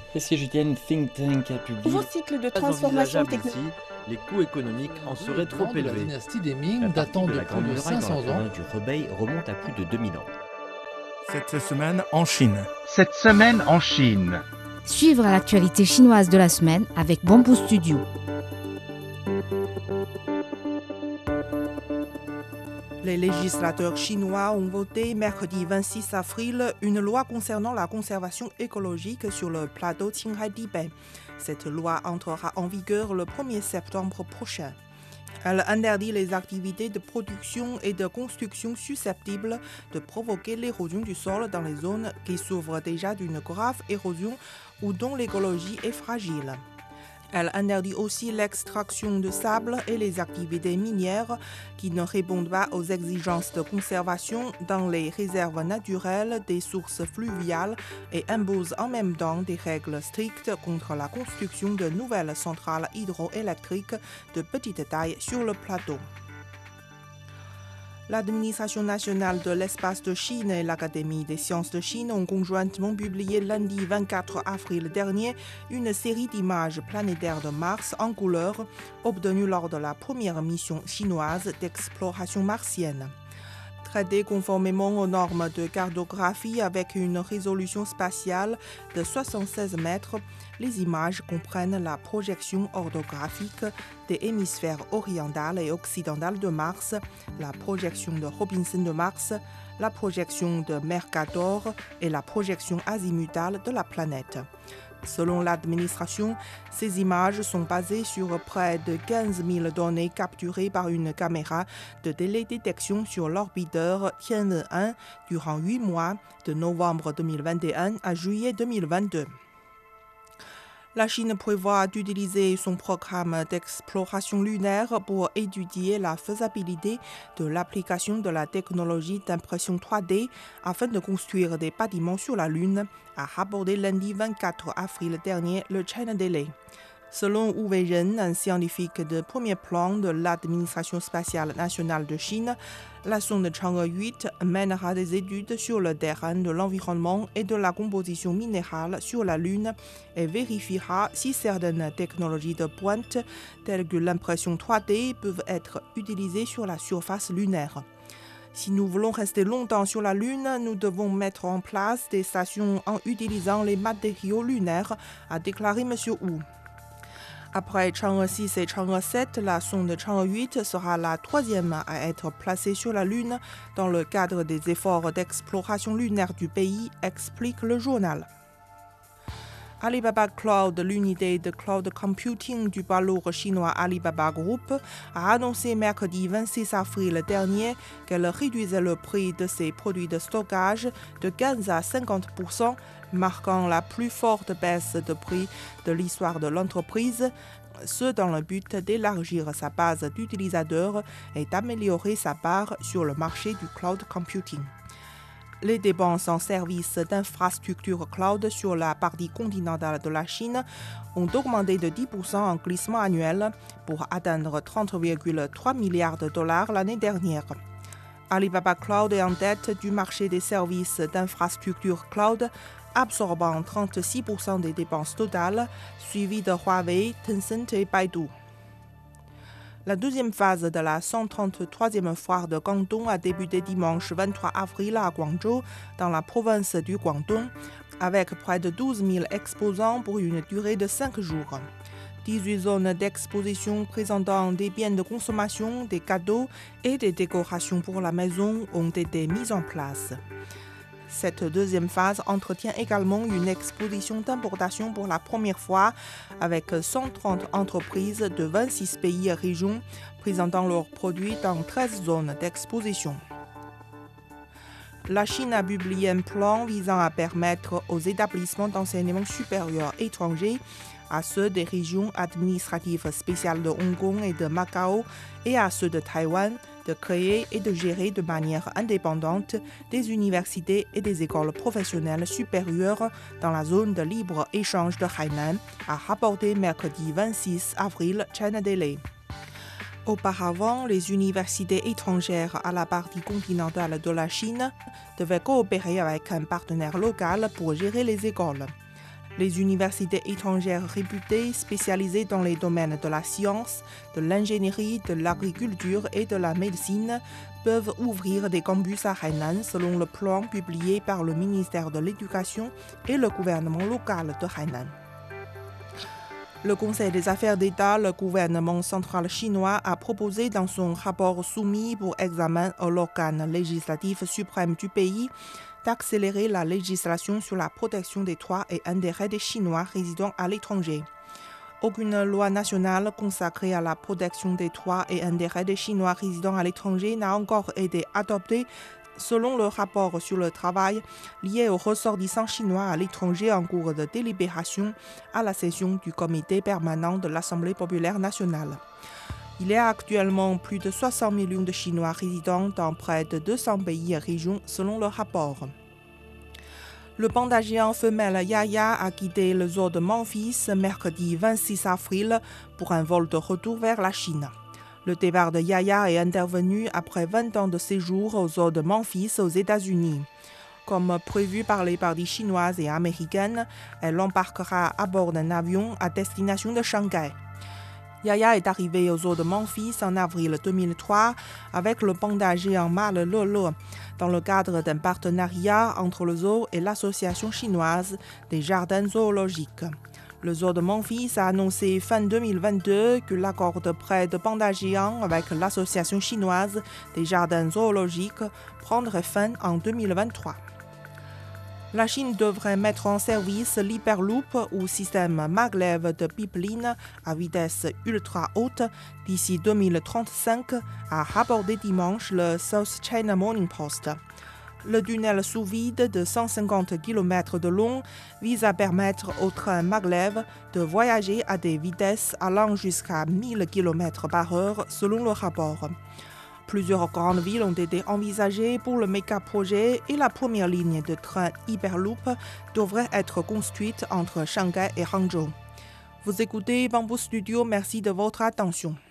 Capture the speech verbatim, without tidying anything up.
Et si je tiens think tank a publié Nouveau cycle de Pas transformation envisageable technologique. ici, les coûts économiques en seraient trop de la élevés. dynastie des La Ming partie datant de de la plus Grande de Muraille dans cinq cents la ans. province du Hebei remonte à plus de deux mille ans. Cette semaine en Chine. Cette semaine en Chine. Suivre l'actualité chinoise de la semaine avec Bamboo Studio. Les législateurs chinois ont voté mercredi vingt-six avril une loi concernant la conservation écologique sur le plateau Qinghai-Tibet. Cette loi entrera en vigueur le premier septembre prochain. Elle interdit les activités de production et de construction susceptibles de provoquer l'érosion du sol dans les zones qui souffrent déjà d'une grave érosion ou dont l'écologie est fragile. Elle interdit aussi l'extraction de sable et les activités minières qui ne répondent pas aux exigences de conservation dans les réserves naturelles des sources fluviales et impose en même temps des règles strictes contre la construction de nouvelles centrales hydroélectriques de petite taille sur le plateau. L'administration nationale de l'espace de Chine et l'Académie des sciences de Chine ont conjointement publié lundi vingt-quatre avril dernier une série d'images planétaires de Mars en couleur obtenues lors de la première mission chinoise d'exploration martienne. Traitées conformément aux normes de cartographie avec une résolution spatiale de soixante-seize mètres, les images comprennent la projection orthographique des hémisphères oriental et occidental de Mars, la projection de Robinson de Mars, la projection de Mercator et la projection azimutale de la planète. Selon l'administration, ces images sont basées sur près de quinze mille données capturées par une caméra de télédétection sur l'orbiteur Tianwen un durant huit mois, de novembre deux mille vingt et un à juillet deux mille vingt-deux. La Chine prévoit d'utiliser son programme d'exploration lunaire pour étudier la faisabilité de l'application de la technologie d'impression trois D afin de construire des bâtiments sur la Lune, a rapporté lundi vingt-quatre avril dernier le China Daily. Selon Wu Weizhen, un scientifique de premier plan de l'administration spatiale nationale de Chine, la sonde Chang'e huit mènera des études sur le terrain de l'environnement et de la composition minérale sur la Lune et vérifiera si certaines technologies de pointe, telles que l'impression trois D, peuvent être utilisées sur la surface lunaire. Si nous voulons rester longtemps sur la Lune, nous devons mettre en place des stations en utilisant les matériaux lunaires, a déclaré M. Wu. Après Chang'e six et Chang'e sept, la sonde Chang'e huit sera la troisième à être placée sur la Lune dans le cadre des efforts d'exploration lunaire du pays, explique le journal. Alibaba Cloud, l'unité de cloud computing du balourd chinois Alibaba Group, a annoncé mercredi vingt-six avril dernier qu'elle réduisait le prix de ses produits de stockage de quinze à cinquante pour cent, marquant la plus forte baisse de prix de l'histoire de l'entreprise, ce dans le but d'élargir sa base d'utilisateurs et d'améliorer sa part sur le marché du cloud computing. Les dépenses en services d'infrastructure cloud sur la partie continentale de la Chine ont augmenté de dix pour cent en glissement annuel pour atteindre trente virgule trois milliards de dollars l'année dernière. Alibaba Cloud est en tête du marché des services d'infrastructure cloud, absorbant trente-six pour cent des dépenses totales, suivi de Huawei, Tencent et Baidu. La deuxième phase de la cent trente-troisième foire de Guangdong a débuté dimanche vingt-trois avril à Guangzhou, dans la province du Guangdong, avec près de douze mille exposants pour une durée de cinq jours. dix-huit zones d'exposition présentant des biens de consommation, des cadeaux et des décorations pour la maison ont été mises en place. Cette deuxième phase entretient également une exposition d'importation pour la première fois avec cent trente entreprises de vingt-six pays et régions présentant leurs produits dans treize zones d'exposition. La Chine a publié un plan visant à permettre aux établissements d'enseignement supérieur étrangers, à ceux des régions administratives spéciales de Hong Kong et de Macao et à ceux de Taïwan, de créer et de gérer de manière indépendante des universités et des écoles professionnelles supérieures dans la zone de libre-échange de Hainan, a rapporté mercredi vingt-six avril China Daily. Auparavant, les universités étrangères à la partie continentale de la Chine devaient coopérer avec un partenaire local pour gérer les écoles. Les universités étrangères réputées spécialisées dans les domaines de la science, de l'ingénierie, de l'agriculture et de la médecine peuvent ouvrir des campus à Hainan selon le plan publié par le ministère de l'Éducation et le gouvernement local de Hainan. Le Conseil des affaires d'État, le gouvernement central chinois, a proposé dans son rapport soumis pour examen à l'organe législatif suprême du pays d'accélérer la législation sur la protection des droits et intérêts des Chinois résidant à l'étranger. Aucune loi nationale consacrée à la protection des droits et intérêts des Chinois résidant à l'étranger n'a encore été adoptée, selon le rapport sur le travail lié aux ressortissants chinois à l'étranger en cours de délibération à la session du comité permanent de l'Assemblée populaire nationale. Il y a actuellement plus de soixante millions de Chinois résidant dans près de deux cents pays et régions selon le rapport. Le panda géant femelle Yaya a quitté le zoo de Memphis mercredi vingt-six avril pour un vol de retour vers la Chine. Le départ de Yaya est intervenu après vingt ans de séjour au zoo de Memphis aux États-Unis. Comme prévu par les parties chinoises et américaines, elle embarquera à bord d'un avion à destination de Shanghai. Yaya est arrivé au zoo de Memphis en avril deux mille trois avec le panda géant mâle Lolo dans le cadre d'un partenariat entre le zoo et l'association chinoise des jardins zoologiques. Le zoo de Memphis a annoncé fin deux mille vingt-deux que l'accord de prêt de panda géant avec l'association chinoise des jardins zoologiques prendrait fin en deux mille vingt-trois. La Chine devrait mettre en service l'Hyperloop ou système maglev de pipeline à vitesse ultra haute d'ici deux mille trente-cinq, a rapporté dimanche le South China Morning Post. Le tunnel sous vide de cent cinquante kilomètres de long vise à permettre au train maglev de voyager à des vitesses allant jusqu'à mille kilomètres par heure selon le rapport. Plusieurs grandes villes ont été envisagées pour le méga-projet et la première ligne de train Hyperloop devrait être construite entre Shanghai et Hangzhou. Vous écoutez Bamboo Studio, merci de votre attention.